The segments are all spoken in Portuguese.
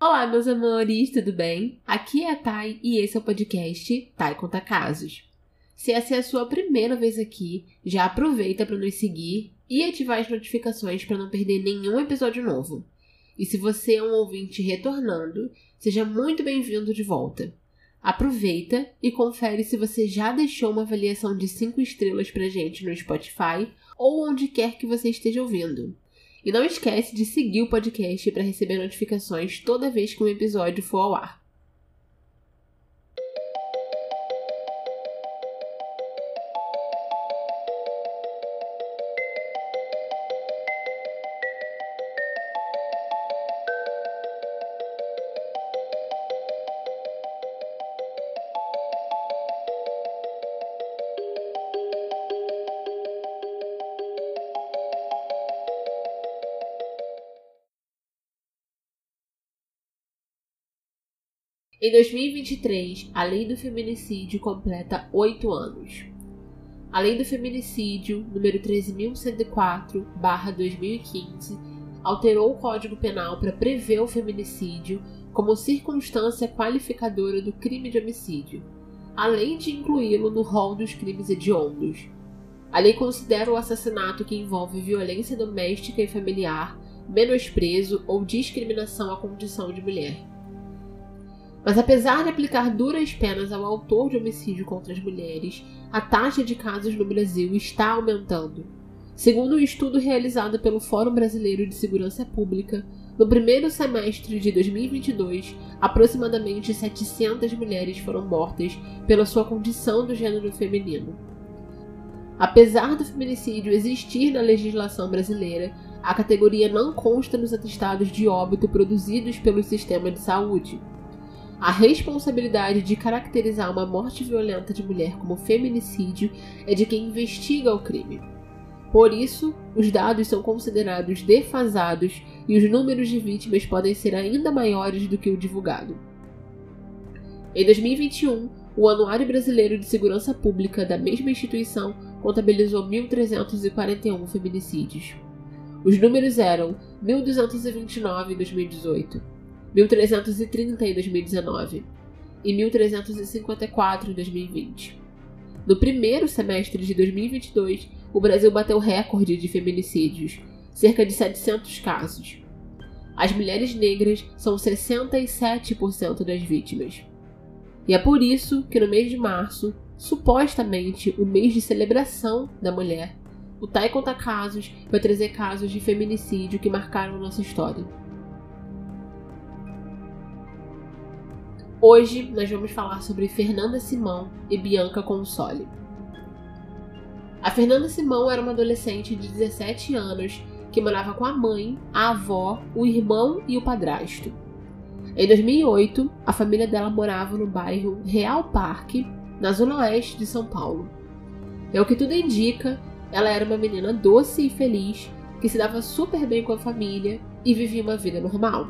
Olá, meus amores, tudo bem? Aqui é a Thay e esse é o podcast Thay Conta Casos. Se essa é a sua primeira vez aqui, já aproveita para nos seguir e ativar as notificações para não perder nenhum episódio novo. E se você é um ouvinte retornando, seja muito bem-vindo de volta. Aproveita e confere se você já deixou uma avaliação de 5 estrelas pra gente no Spotify ou onde quer que você esteja ouvindo. E não esquece de seguir o podcast para receber notificações toda vez que um episódio for ao ar. Em 2023, a Lei do Feminicídio completa 8 anos. A Lei do Feminicídio, número 13.104/2015, alterou o Código Penal para prever o feminicídio como circunstância qualificadora do crime de homicídio, além de incluí-lo no rol dos crimes hediondos. A lei considera o assassinato que envolve violência doméstica e familiar, menosprezo ou discriminação à condição de mulher. Mas apesar de aplicar duras penas ao autor de homicídio contra as mulheres, a taxa de casos no Brasil está aumentando. Segundo um estudo realizado pelo Fórum Brasileiro de Segurança Pública, no primeiro semestre de 2022, aproximadamente 700 mulheres foram mortas pela sua condição do gênero feminino. Apesar do feminicídio existir na legislação brasileira, a categoria não consta nos atestados de óbito produzidos pelo sistema de saúde. A responsabilidade de caracterizar uma morte violenta de mulher como feminicídio é de quem investiga o crime. Por isso, os dados são considerados defasados e os números de vítimas podem ser ainda maiores do que o divulgado. Em 2021, o Anuário Brasileiro de Segurança Pública da mesma instituição contabilizou 1.341 feminicídios. Os números eram 1.229 em 2018. 1.330 em 2019 e 1.354 em 2020. No primeiro semestre de 2022, o Brasil bateu recorde de feminicídios, cerca de 700 casos. As mulheres negras são 67% das vítimas. E é por isso que no mês de março, supostamente o mês de celebração da mulher, o Thay Conta Casos vai trazer casos de feminicídio que marcaram nossa história. Hoje nós vamos falar sobre Fernanda Simão e Bianca Consoli. A Fernanda Simão era uma adolescente de 17 anos que morava com a mãe, a avó, o irmão e o padrasto. Em 2008, a família dela morava no bairro Real Parque, na zona oeste de São Paulo. E ao que tudo indica, ela era uma menina doce e feliz que se dava super bem com a família e vivia uma vida normal.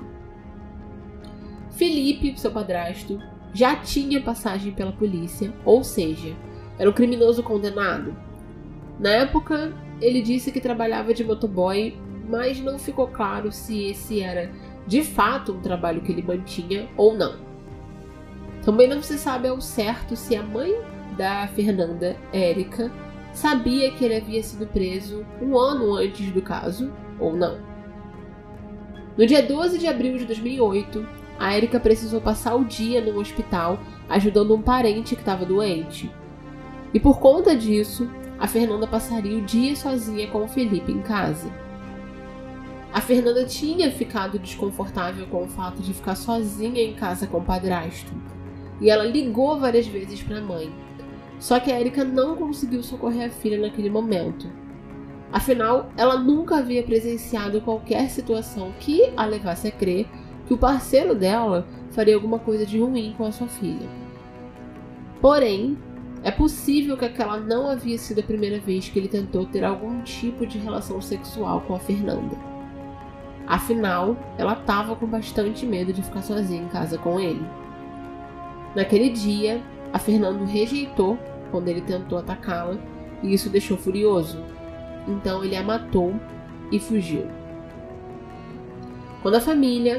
Felipe, seu padrasto, já tinha passagem pela polícia, ou seja, era um criminoso condenado. Na época, ele disse que trabalhava de motoboy, mas não ficou claro se esse era de fato um trabalho que ele mantinha ou não. Também não se sabe ao certo se a mãe da Fernanda, Érica, sabia que ele havia sido preso um ano antes do caso ou não. No dia 12 de abril de 2008, a Érica precisou passar o dia no hospital ajudando um parente que estava doente. E por conta disso, a Fernanda passaria o dia sozinha com o Felipe em casa. A Fernanda tinha ficado desconfortável com o fato de ficar sozinha em casa com o padrasto. E ela ligou várias vezes para a mãe. Só que a Érica não conseguiu socorrer a filha naquele momento. Afinal, ela nunca havia presenciado qualquer situação que a levasse a crer que o parceiro dela faria alguma coisa de ruim com a sua filha. Porém, é possível que aquela não havia sido a primeira vez que ele tentou ter algum tipo de relação sexual com a Fernanda. Afinal, ela estava com bastante medo de ficar sozinha em casa com ele. Naquele dia, a Fernanda o rejeitou quando ele tentou atacá-la e isso o deixou furioso. Então ele a matou e fugiu. Quando a família,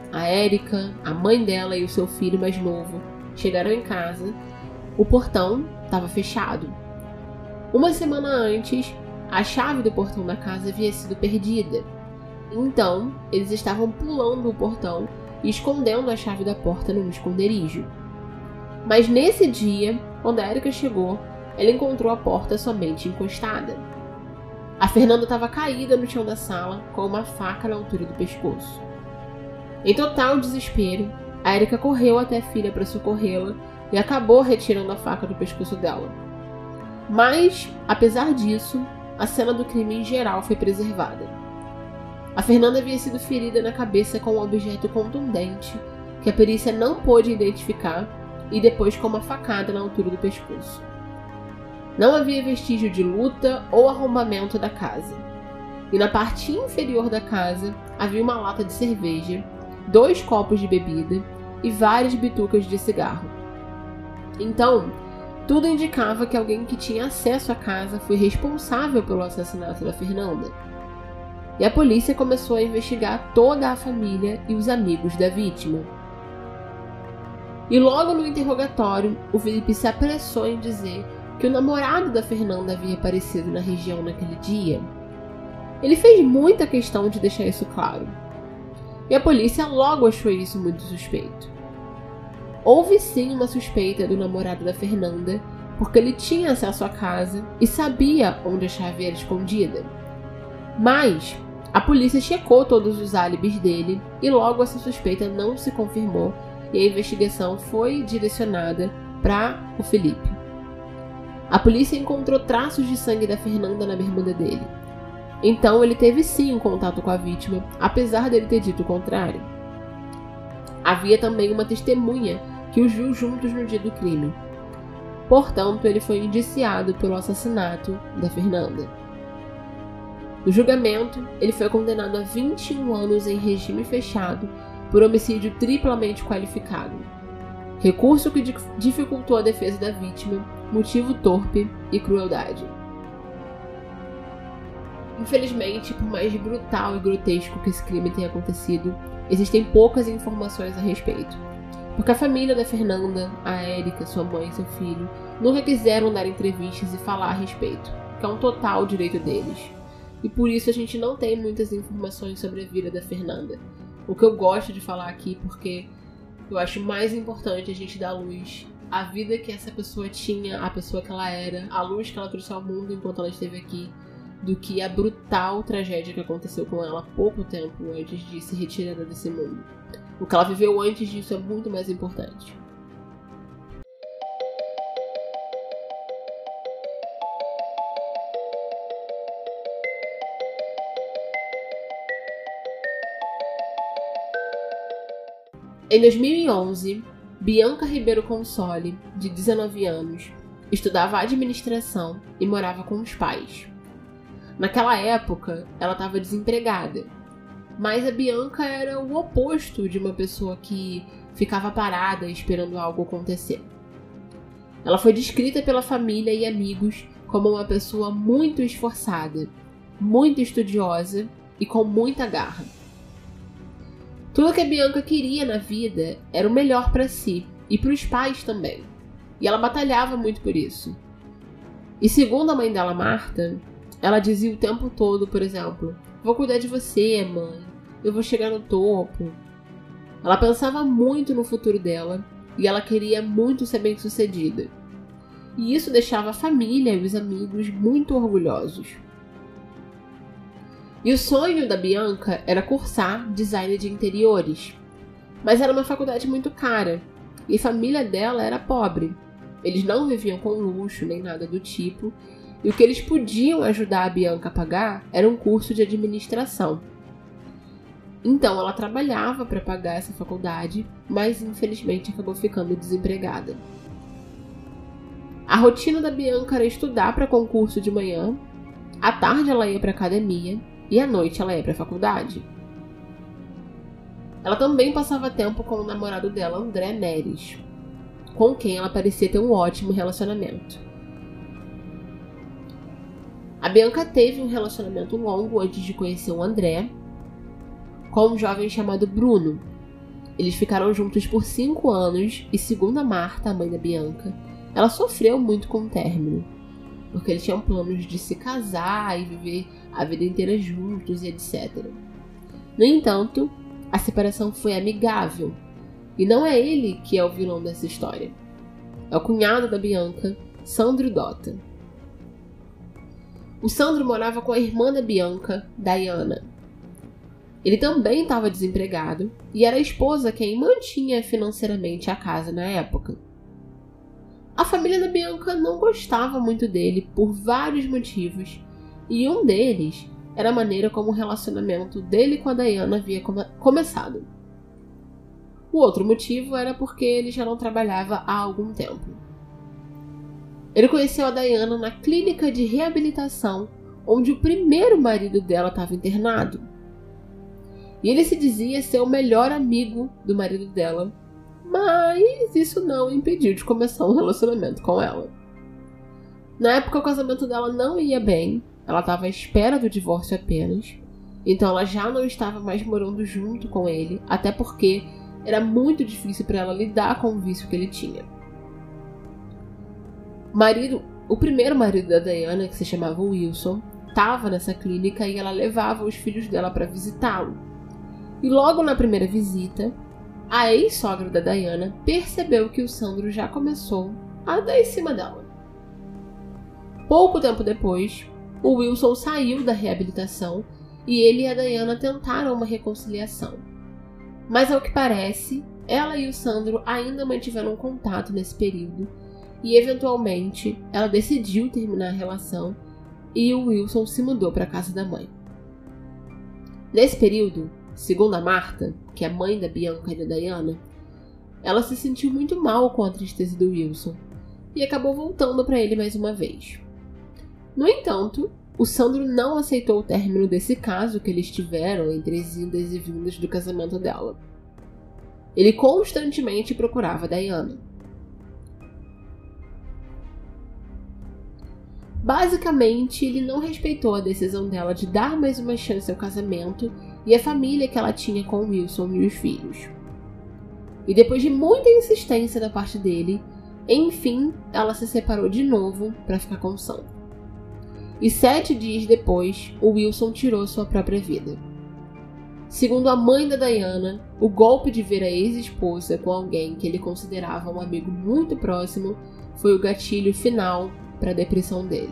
a Érica, a mãe dela e o seu filho mais novo chegaram em casa, o portão estava fechado. Uma semana antes, a chave do portão da casa havia sido perdida. Então, eles estavam pulando o portão e escondendo a chave da porta num esconderijo. Mas nesse dia, quando a Érica chegou, ela encontrou a porta somente encostada. A Fernanda estava caída no chão da sala, com uma faca na altura do pescoço. Em total desespero, a Érica correu até a filha para socorrê-la e acabou retirando a faca do pescoço dela. Mas, apesar disso, a cena do crime em geral foi preservada. A Fernanda havia sido ferida na cabeça com um objeto contundente que a perícia não pôde identificar e depois com uma facada na altura do pescoço. Não havia vestígio de luta ou arrombamento da casa. E na parte inferior da casa havia uma lata de cerveja, 2 copos de bebida e várias bitucas de cigarro. Então, tudo indicava que alguém que tinha acesso à casa foi responsável pelo assassinato da Fernanda. E a polícia começou a investigar toda a família e os amigos da vítima. E logo no interrogatório, o Felipe se apressou em dizer que o namorado da Fernanda havia aparecido na região naquele dia. Ele fez muita questão de deixar isso claro. E a polícia logo achou isso muito suspeito. Houve sim uma suspeita do namorado da Fernanda, porque ele tinha acesso à casa e sabia onde a chave era escondida. Mas a polícia checou todos os álibis dele e logo essa suspeita não se confirmou e a investigação foi direcionada para o Felipe. A polícia encontrou traços de sangue da Fernanda na bermuda dele. Então ele teve sim um contato com a vítima, apesar dele ter dito o contrário. Havia também uma testemunha que os viu juntos no dia do crime. Portanto, ele foi indiciado pelo assassinato da Fernanda. No julgamento, ele foi condenado a 21 anos em regime fechado por homicídio triplamente qualificado. Recurso que dificultou a defesa da vítima, motivo torpe e crueldade. Infelizmente, por mais brutal e grotesco que esse crime tenha acontecido, existem poucas informações a respeito. Porque a família da Fernanda, a Érica, sua mãe e seu filho, nunca quiseram dar entrevistas e falar a respeito, que é um total direito deles. E por isso a gente não tem muitas informações sobre a vida da Fernanda. O que eu gosto de falar aqui, porque eu acho mais importante a gente dar luz à vida que essa pessoa tinha, a pessoa que ela era, a luz que ela trouxe ao mundo enquanto ela esteve aqui, do que a brutal tragédia que aconteceu com ela pouco tempo antes de se retirar desse mundo. O que ela viveu antes disso é muito mais importante. Em 2011, Bianca Ribeiro Consoli, de 19 anos, estudava administração e morava com os pais. Naquela época, ela estava desempregada, mas a Bianca era o oposto de uma pessoa que ficava parada esperando algo acontecer. Ela foi descrita pela família e amigos como uma pessoa muito esforçada, muito estudiosa e com muita garra. Tudo que a Bianca queria na vida era o melhor para si e para os pais também, e ela batalhava muito por isso. E segundo a mãe dela, Marta, ela dizia o tempo todo, por exemplo, vou cuidar de você, mãe, eu vou chegar no topo. Ela pensava muito no futuro dela e ela queria muito ser bem-sucedida. E isso deixava a família e os amigos muito orgulhosos. E o sonho da Bianca era cursar design de interiores. Mas era uma faculdade muito cara e a família dela era pobre. Eles não viviam com luxo nem nada do tipo. E o que eles podiam ajudar a Bianca a pagar era um curso de administração. Então ela trabalhava para pagar essa faculdade, mas infelizmente acabou ficando desempregada. A rotina da Bianca era estudar para concurso de manhã, à tarde ela ia para academia e à noite ela ia para a faculdade. Ela também passava tempo com o namorado dela, André Neres, com quem ela parecia ter um ótimo relacionamento. A Bianca teve um relacionamento longo antes de conhecer o André, com um jovem chamado Bruno, eles ficaram juntos por 5 anos e, segundo a Marta, a mãe da Bianca, ela sofreu muito com o término, porque eles tinham planos de se casar e viver a vida inteira juntos e etc. No entanto, a separação foi amigável, e não é ele que é o vilão dessa história. É o cunhado da Bianca, Sandro Dota. O Sandro morava com a irmã da Bianca, Diana. Ele também estava desempregado e era a esposa quem mantinha financeiramente a casa na época. A família da Bianca não gostava muito dele por vários motivos, e um deles era a maneira como o relacionamento dele com a Diana havia começado. O outro motivo era porque ele já não trabalhava há algum tempo. Ele conheceu a Diana na clínica de reabilitação onde o primeiro marido dela estava internado. E ele se dizia ser o melhor amigo do marido dela, mas isso não o impediu de começar um relacionamento com ela. Na época, o casamento dela não ia bem, ela estava à espera do divórcio apenas, então ela já não estava mais morando junto com ele, até porque era muito difícil para ela lidar com o vício que ele tinha. O primeiro marido da Diana, que se chamava Wilson, estava nessa clínica e ela levava os filhos dela para visitá-lo. E logo na primeira visita, a ex-sogra da Diana percebeu que o Sandro já começou a dar em cima dela. Pouco tempo depois, o Wilson saiu da reabilitação e ele e a Diana tentaram uma reconciliação. Mas ao que parece, ela e o Sandro ainda mantiveram contato nesse período e eventualmente ela decidiu terminar a relação e o Wilson se mudou para a casa da mãe. Nesse período, segundo a Marta, que é a mãe da Bianca e da Diana, ela se sentiu muito mal com a tristeza do Wilson e acabou voltando para ele mais uma vez. No entanto, o Sandro não aceitou o término desse caso que eles tiveram entre as idas e vindas do casamento dela. Ele constantemente procurava a Diana. Basicamente, ele não respeitou a decisão dela de dar mais uma chance ao casamento e a família que ela tinha com o Wilson e os filhos. E depois de muita insistência da parte dele, enfim, ela se separou de novo para ficar com o Sandro. E 7 dias depois, o Wilson tirou sua própria vida. Segundo a mãe da Diana, o golpe de ver a ex-esposa com alguém que ele considerava um amigo muito próximo foi o gatilho final para a depressão dele.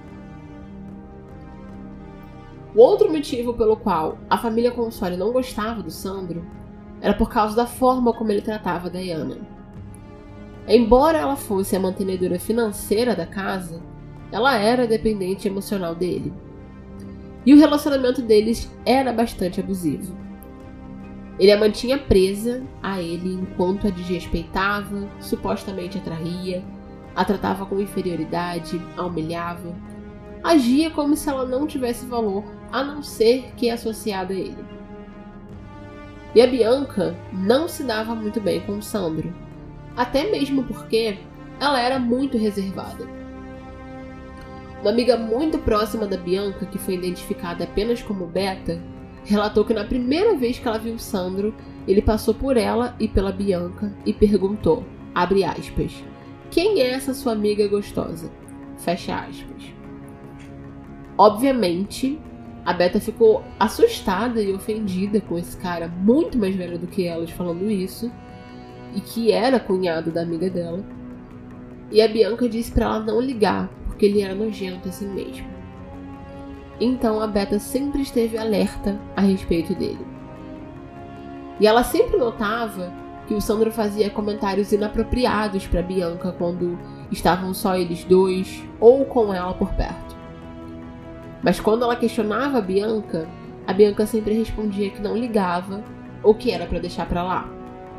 O outro motivo pelo qual a família Consoli não gostava do Sandro era por causa da forma como ele tratava a Diana. Embora ela fosse a mantenedora financeira da casa, ela era dependente emocional dele. E o relacionamento deles era bastante abusivo. Ele a mantinha presa a ele enquanto a desrespeitava, supostamente a traía, a tratava com inferioridade, a humilhava, agia como se ela não tivesse valor a não ser que associada a ele. E a Bianca não se dava muito bem com o Sandro, até mesmo porque ela era muito reservada. Uma amiga muito próxima da Bianca, que foi identificada apenas como Beta, relatou que na primeira vez que ela viu o Sandro, ele passou por ela e pela Bianca e perguntou, abre aspas, quem é essa sua amiga gostosa? Fecha aspas. Obviamente, a Beta ficou assustada e ofendida com esse cara muito mais velho do que ela falando isso, e que era cunhado da amiga dela. E a Bianca disse pra ela não ligar, porque ele era nojento assim mesmo. Então a Beta sempre esteve alerta a respeito dele. E ela sempre notava que o Sandro fazia comentários inapropriados para Bianca quando estavam só eles dois ou com ela por perto. Mas quando ela questionava a Bianca sempre respondia que não ligava ou que era para deixar para lá.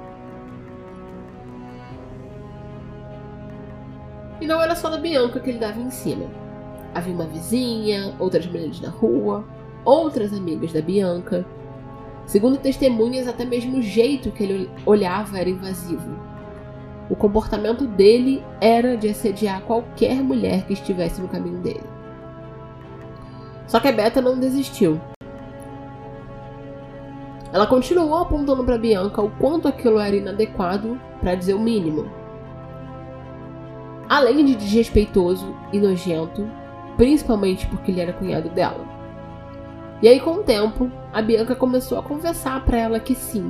E não era só da Bianca que ele dava em cima. Havia uma vizinha, outras mulheres na rua, outras amigas da Bianca. Segundo testemunhas, até mesmo o jeito que ele olhava era invasivo. O comportamento dele era de assediar qualquer mulher que estivesse no caminho dele. Só que a Beta não desistiu. Ela continuou apontando para Bianca o quanto aquilo era inadequado, para dizer o mínimo. Além de desrespeitoso e nojento, principalmente porque ele era cunhado dela. E aí, com o tempo, a Bianca começou a confessar para ela que sim,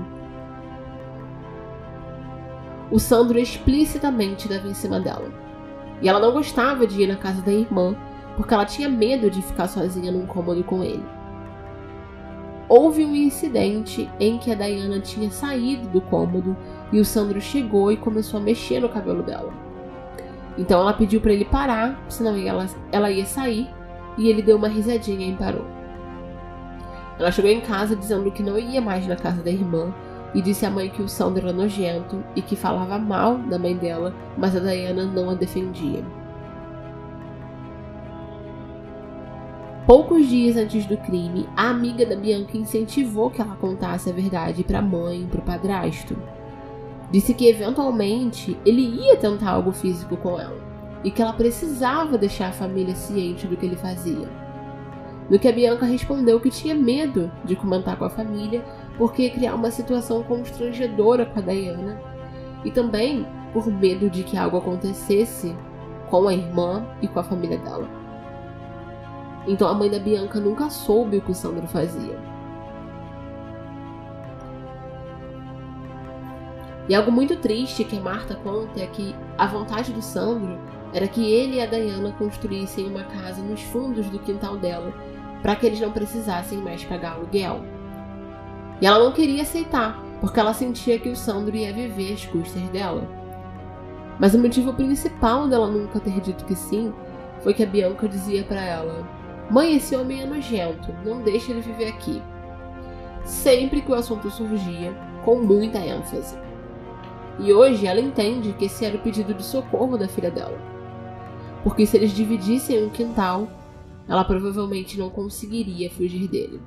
o Sandro explicitamente dava em cima dela. E ela não gostava de ir na casa da irmã, porque ela tinha medo de ficar sozinha num cômodo com ele. Houve um incidente em que a Diana tinha saído do cômodo e o Sandro chegou e começou a mexer no cabelo dela. Então ela pediu para ele parar, senão ela ia sair, e ele deu uma risadinha e parou. Ela chegou em casa dizendo que não ia mais na casa da irmã e disse à mãe que o Sandro era nojento e que falava mal da mãe dela, mas a Diana não a defendia. Poucos dias antes do crime, a amiga da Bianca incentivou que ela contasse a verdade para a mãe e para o padrasto. Disse que eventualmente ele ia tentar algo físico com ela e que ela precisava deixar a família ciente do que ele fazia. No que a Bianca respondeu que tinha medo de comentar com a família porque ia criar uma situação constrangedora com a Diana e também por medo de que algo acontecesse com a irmã e com a família dela. Então a mãe da Bianca nunca soube o que o Sandro fazia. E algo muito triste que a Marta conta é que a vontade do Sandro era que ele e a Diana construíssem uma casa nos fundos do quintal dela para que eles não precisassem mais pagar aluguel. E ela não queria aceitar, porque ela sentia que o Sandro ia viver às custas dela. Mas o motivo principal dela nunca ter dito que sim foi que a Bianca dizia para ela: "Mãe, esse homem é nojento, não deixa ele viver aqui." Sempre que o assunto surgia, com muita ênfase. E hoje ela entende que esse era o pedido de socorro da filha dela. Porque se eles dividissem um quintal, ela provavelmente não conseguiria fugir dele.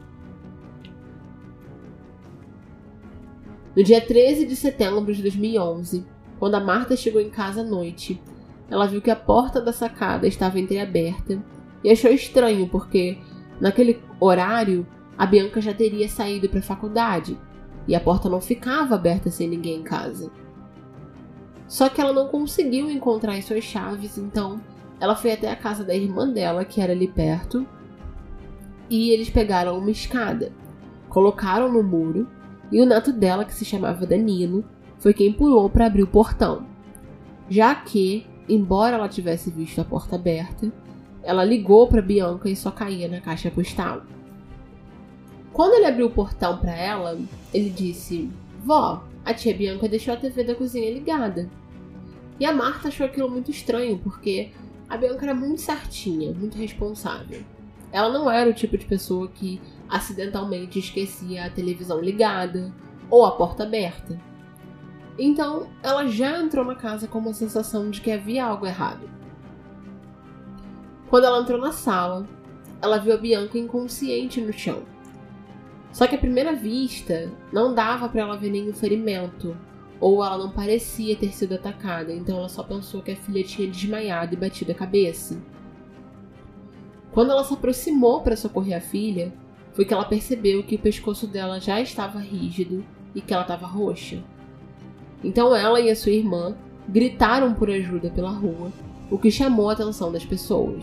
No dia 13 de setembro de 2011, quando a Marta chegou em casa à noite, ela viu que a porta da sacada estava entreaberta e achou estranho porque, naquele horário, a Bianca já teria saído para a faculdade e a porta não ficava aberta sem ninguém em casa. Só que ela não conseguiu encontrar as suas chaves, então ela foi até a casa da irmã dela, que era ali perto, e eles pegaram uma escada, colocaram no muro, e o neto dela, que se chamava Danilo, foi quem pulou para abrir o portão. Já que, embora ela tivesse visto a porta aberta, ela ligou para Bianca e só caía na caixa postal. Quando ele abriu o portão para ela, ele disse: "Vó, a tia Bianca deixou a TV da cozinha ligada." E a Marta achou aquilo muito estranho, porque a Bianca era muito certinha, muito responsável. Ela não era o tipo de pessoa que acidentalmente esquecia a televisão ligada ou a porta aberta. Então, ela já entrou na casa com uma sensação de que havia algo errado. Quando ela entrou na sala, ela viu a Bianca inconsciente no chão. Só que à primeira vista, não dava para ela ver nenhum ferimento, ou ela não parecia ter sido atacada, então ela só pensou que a filha tinha desmaiado e batido a cabeça. Quando ela se aproximou para socorrer a filha, foi que ela percebeu que o pescoço dela já estava rígido e que ela estava roxa. Então ela e a sua irmã gritaram por ajuda pela rua, o que chamou a atenção das pessoas.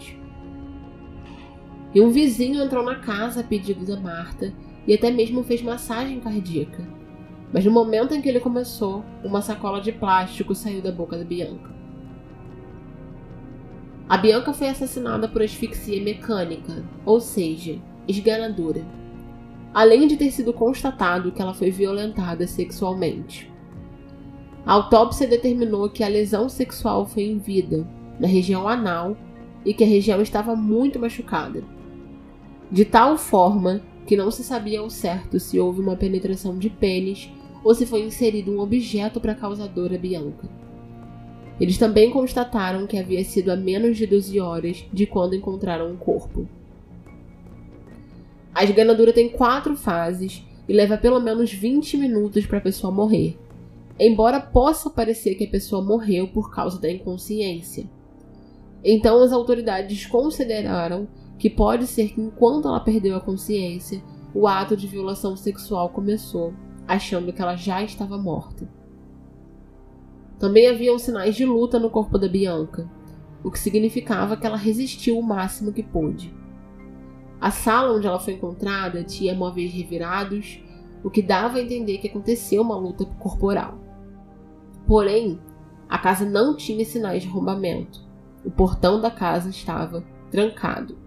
E um vizinho entrou na casa a pedido da Marta e até mesmo fez massagem cardíaca. Mas no momento em que ele começou, uma sacola de plástico saiu da boca da Bianca. A Bianca foi assassinada por asfixia mecânica, ou seja, esganadura, além de ter sido constatado que ela foi violentada sexualmente. A autópsia determinou que a lesão sexual foi em vida, na região anal, e que a região estava muito machucada, de tal forma que não se sabia ao certo se houve uma penetração de pênis ou se foi inserido um objeto para causar dor a Bianca. Eles também constataram que havia sido a menos de 12 horas de quando encontraram o corpo. A esganadura tem 4 fases e leva pelo menos 20 minutos para a pessoa morrer, embora possa parecer que a pessoa morreu por causa da inconsciência. Então as autoridades consideraram que pode ser que enquanto ela perdeu a consciência, o ato de violação sexual começou, achando que ela já estava morta. Também haviam sinais de luta no corpo da Bianca, o que significava que ela resistiu o máximo que pôde. A sala onde ela foi encontrada tinha móveis revirados, o que dava a entender que aconteceu uma luta corporal. Porém, a casa não tinha sinais de arrombamento. O portão da casa estava trancado.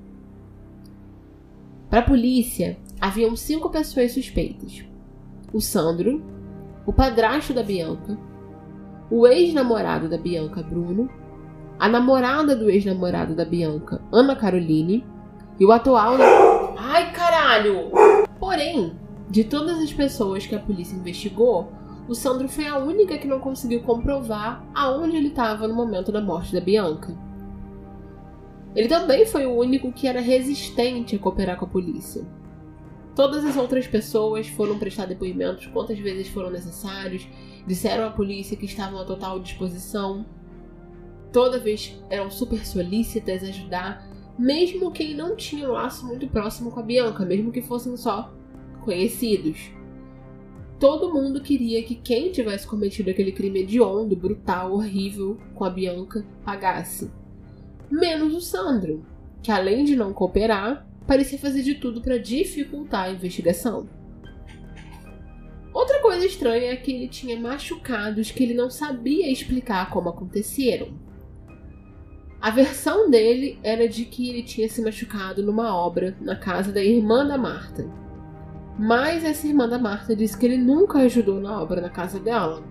Para a polícia, haviam 5 pessoas suspeitas: o Sandro, o padrasto da Bianca, o ex-namorado da Bianca, Bruno, a namorada do ex-namorado da Bianca, Ana Caroline, e o atual... Ai, caralho! Porém, de todas as pessoas que a polícia investigou, o Sandro foi a única que não conseguiu comprovar aonde ele estava no momento da morte da Bianca. Ele também foi o único que era resistente a cooperar com a polícia. Todas as outras pessoas foram prestar depoimentos quantas vezes foram necessários, disseram à polícia que estavam à total disposição. Toda vez eram super solícitas a ajudar, mesmo quem não tinha um laço muito próximo com a Bianca, mesmo que fossem só conhecidos. Todo mundo queria que quem tivesse cometido aquele crime hediondo, brutal, horrível com a Bianca pagasse. Menos o Sandro, que além de não cooperar, parecia fazer de tudo para dificultar a investigação. Outra coisa estranha é que ele tinha machucados que ele não sabia explicar como aconteceram. A versão dele era de que ele tinha se machucado numa obra na casa da irmã da Marta. Mas essa irmã da Marta disse que ele nunca ajudou na obra na casa dela.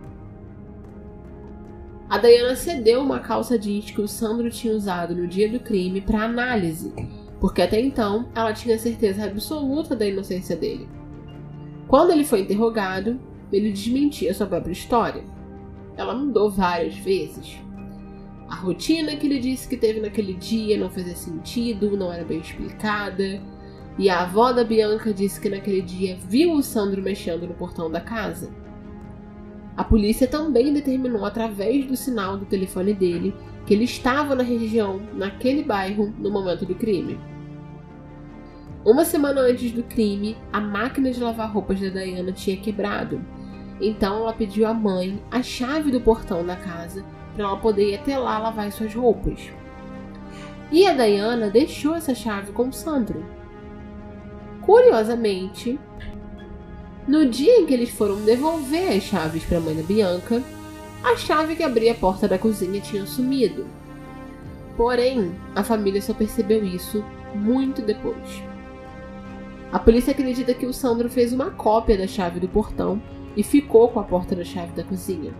A Diana cedeu uma calça jeans que o Sandro tinha usado no dia do crime para análise, porque até então ela tinha certeza absoluta da inocência dele. Quando ele foi interrogado, ele desmentia sua própria história. Ela mudou várias vezes. A rotina que ele disse que teve naquele dia não fazia sentido, não era bem explicada. E a avó da Bianca disse que naquele dia viu o Sandro mexendo no portão da casa. A polícia também determinou através do sinal do telefone dele que ele estava na região, naquele bairro, no momento do crime. Uma semana antes do crime, a máquina de lavar roupas da Diana tinha quebrado. Então ela pediu à mãe a chave do portão da casa para ela poder ir até lá lavar as suas roupas. E a Diana deixou essa chave com o Sandro. Curiosamente, no dia em que eles foram devolver as chaves para a mãe da Bianca, a chave que abria a porta da cozinha tinha sumido. Porém, a família só percebeu isso muito depois. A polícia acredita que o Sandro fez uma cópia da chave do portão e ficou com a porta da chave da cozinha.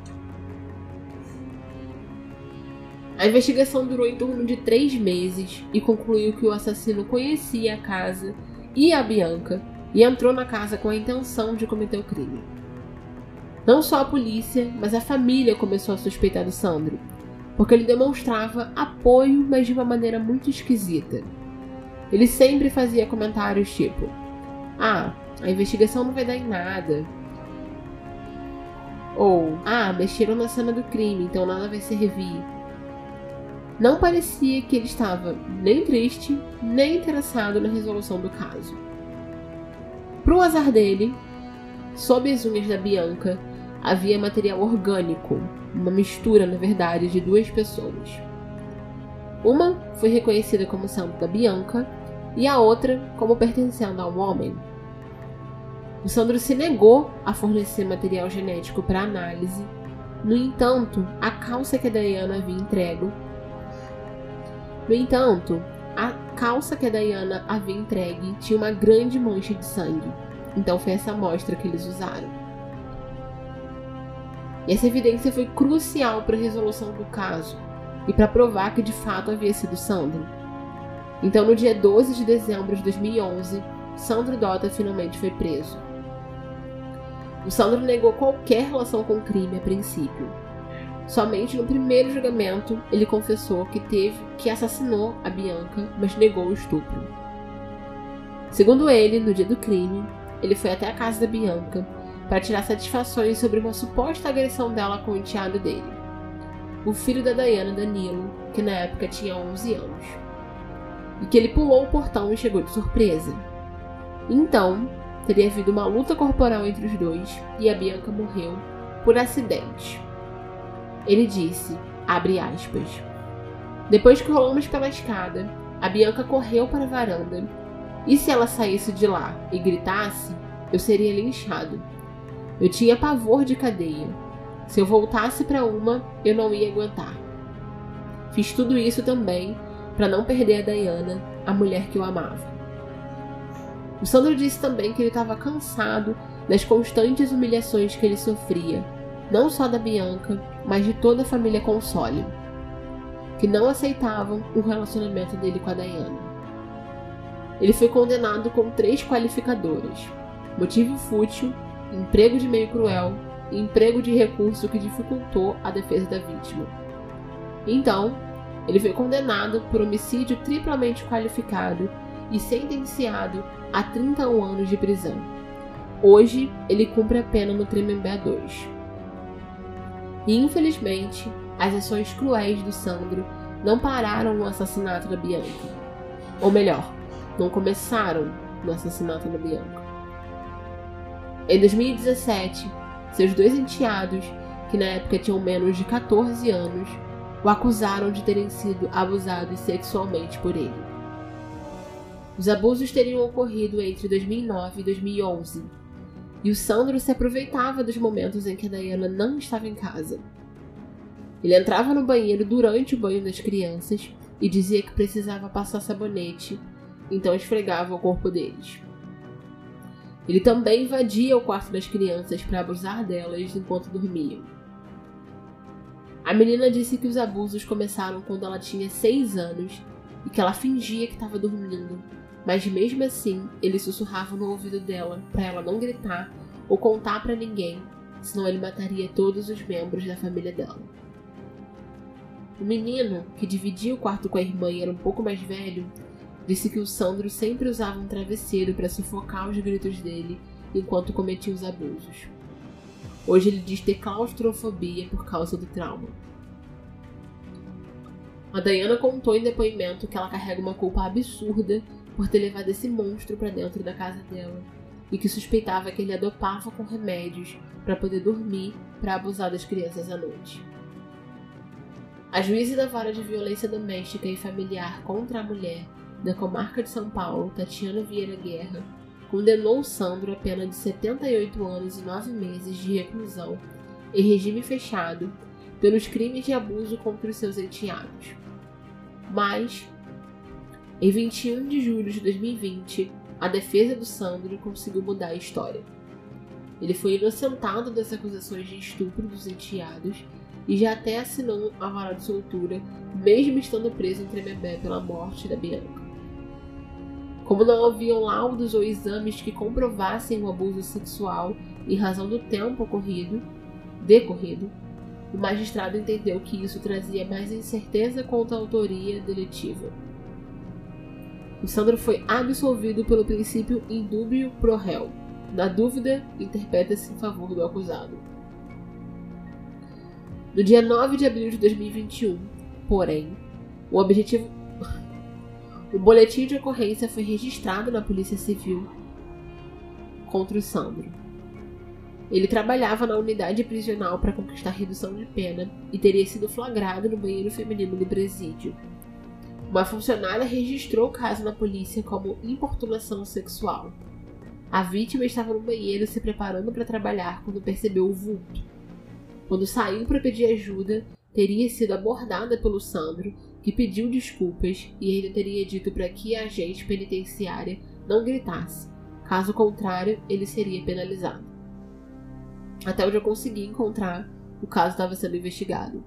A investigação durou em torno de 3 meses e concluiu que o assassino conhecia a casa e a Bianca e entrou na casa com a intenção de cometer o crime. Não só a polícia, mas a família começou a suspeitar do Sandro, porque ele demonstrava apoio, mas de uma maneira muito esquisita. Ele sempre fazia comentários tipo: "Ah, a investigação não vai dar em nada." Ou: "Ah, mexeram na cena do crime, então nada vai se revir." Não parecia que ele estava nem triste, nem interessado na resolução do caso. Pro azar dele, sob as unhas da Bianca, havia material orgânico, uma mistura, na verdade, de 2 pessoas. Uma foi reconhecida como sendo da Bianca e a outra como pertencendo a um homem. O Sandro se negou a fornecer material genético para análise. No entanto, a calça que a Diana havia entregue tinha uma grande mancha de sangue. Então foi essa amostra que eles usaram. E essa evidência foi crucial para a resolução do caso e para provar que de fato havia sido Sandro. Então, no dia 12 de dezembro de 2011, Sandro Dota finalmente foi preso. O Sandro negou qualquer relação com o crime a princípio. Somente no primeiro julgamento ele confessou que assassinou a Bianca, mas negou o estupro. Segundo ele, no dia do crime, ele foi até a casa da Bianca para tirar satisfações sobre uma suposta agressão dela com o enteado dele, o filho da Diana, Danilo, que na época tinha 11 anos, e que ele pulou o portão e chegou de surpresa. Então, teria havido uma luta corporal entre os dois e a Bianca morreu por acidente. Ele disse, abre aspas, depois que rolamos pela escada, a Bianca correu para a varanda e se ela saísse de lá e gritasse, eu seria linchado. Eu tinha pavor de cadeia. Se eu voltasse para uma, eu não ia aguentar. Fiz tudo isso também para não perder a Diana, a mulher que eu amava. O Sandro disse também que ele estava cansado das constantes humilhações que ele sofria, não só da Bianca, mas de toda a família Consoli, que não aceitavam o relacionamento dele com a Diana. Ele foi condenado com 3 qualificadoras: motivo fútil, emprego de meio cruel e emprego de recurso que dificultou a defesa da vítima. Então, ele foi condenado por homicídio triplamente qualificado e sentenciado a 31 anos de prisão. Hoje, ele cumpre a pena no Tremembé 2. E, infelizmente, as ações cruéis do Sandro não pararam no assassinato da Bianca. Ou melhor, não começaram no assassinato da Bianca. Em 2017, seus 2 enteados, que na época tinham menos de 14 anos, o acusaram de terem sido abusados sexualmente por ele. Os abusos teriam ocorrido entre 2009 e 2011, e o Sandro se aproveitava dos momentos em que a Diana não estava em casa. Ele entrava no banheiro durante o banho das crianças e dizia que precisava passar sabonete, então esfregava o corpo deles. Ele também invadia o quarto das crianças para abusar delas enquanto dormiam. A menina disse que os abusos começaram quando ela tinha 6 anos e que ela fingia que estava dormindo, mas mesmo assim ele sussurrava no ouvido dela para ela não gritar ou contar para ninguém, senão ele mataria todos os membros da família dela. O menino, que dividia o quarto com a irmã e era um pouco mais velho, disse que o Sandro sempre usava um travesseiro para sufocar os gritos dele enquanto cometia os abusos. Hoje ele diz ter claustrofobia por causa do trauma. A Diana contou em depoimento que ela carrega uma culpa absurda por ter levado esse monstro para dentro da casa dela e que suspeitava que ele a dopava com remédios para poder dormir para abusar das crianças à noite. A juíza da Vara de Violência Doméstica e Familiar contra a Mulher da Comarca de São Paulo, Tatiana Vieira Guerra, condenou o Sandro a pena de 78 anos e 9 meses de reclusão em regime fechado pelos crimes de abuso contra os seus enteados. Mas, em 21 de julho de 2020, a defesa do Sandro conseguiu mudar a história. Ele foi inocentado das acusações de estupro dos enteados e já até assinou a vara de soltura, mesmo estando preso em Tremembé pela morte da Bianca. Como não haviam laudos ou exames que comprovassem o abuso sexual em razão do tempo decorrido, o magistrado entendeu que isso trazia mais incerteza quanto à autoria deletiva. O Sandro foi absolvido pelo princípio in dubio pro réu. Na dúvida, interpreta-se em favor do acusado. No dia 9 de abril de 2021, porém, o boletim de ocorrência foi registrado na Polícia Civil contra o Sandro. Ele trabalhava na unidade prisional para conquistar redução de pena e teria sido flagrado no banheiro feminino do presídio. Uma funcionária registrou o caso na polícia como importunação sexual. A vítima estava no banheiro se preparando para trabalhar quando percebeu o vulto. Quando saiu para pedir ajuda, teria sido abordada pelo Sandro, que pediu desculpas e ainda teria dito para que a agente penitenciária não gritasse, caso contrário, ele seria penalizado. Até onde eu consegui encontrar, o caso estava sendo investigado.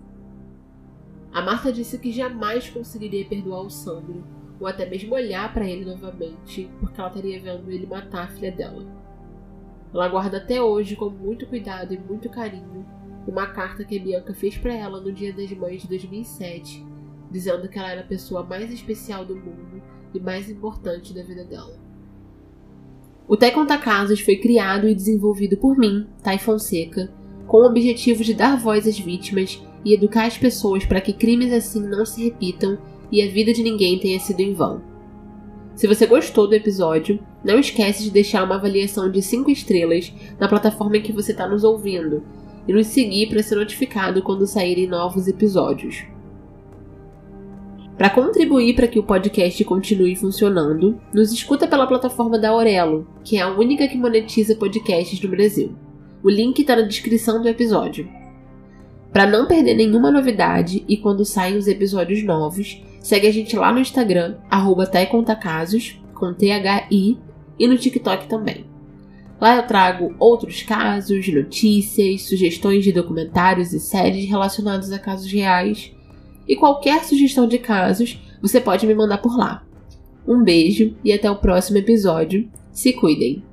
A Marta disse que jamais conseguiria perdoar o Sandro, ou até mesmo olhar para ele novamente, porque ela estaria vendo ele matar a filha dela. Ela guarda até hoje com muito cuidado e muito carinho uma carta que a Bianca fez para ela no Dia das Mães de 2007, dizendo que ela era a pessoa mais especial do mundo e mais importante da vida dela. O Té Conta Casos foi criado e desenvolvido por mim, Thay Fonseca, com o objetivo de dar voz às vítimas e educar as pessoas para que crimes assim não se repitam e a vida de ninguém tenha sido em vão. Se você gostou do episódio, não esquece de deixar uma avaliação de 5 estrelas na plataforma em que você está nos ouvindo e nos seguir para ser notificado quando saírem novos episódios. Para contribuir para que o podcast continue funcionando, nos escuta pela plataforma da Aurelo, que é a única que monetiza podcasts no Brasil. O link está na descrição do episódio. Para não perder nenhuma novidade e quando saem os episódios novos, segue a gente lá no Instagram, @TaiContaCasos, com THI, e no TikTok também. Lá eu trago outros casos, notícias, sugestões de documentários e séries relacionados a casos reais. E qualquer sugestão de casos, você pode me mandar por lá. Um beijo e até o próximo episódio. Se cuidem!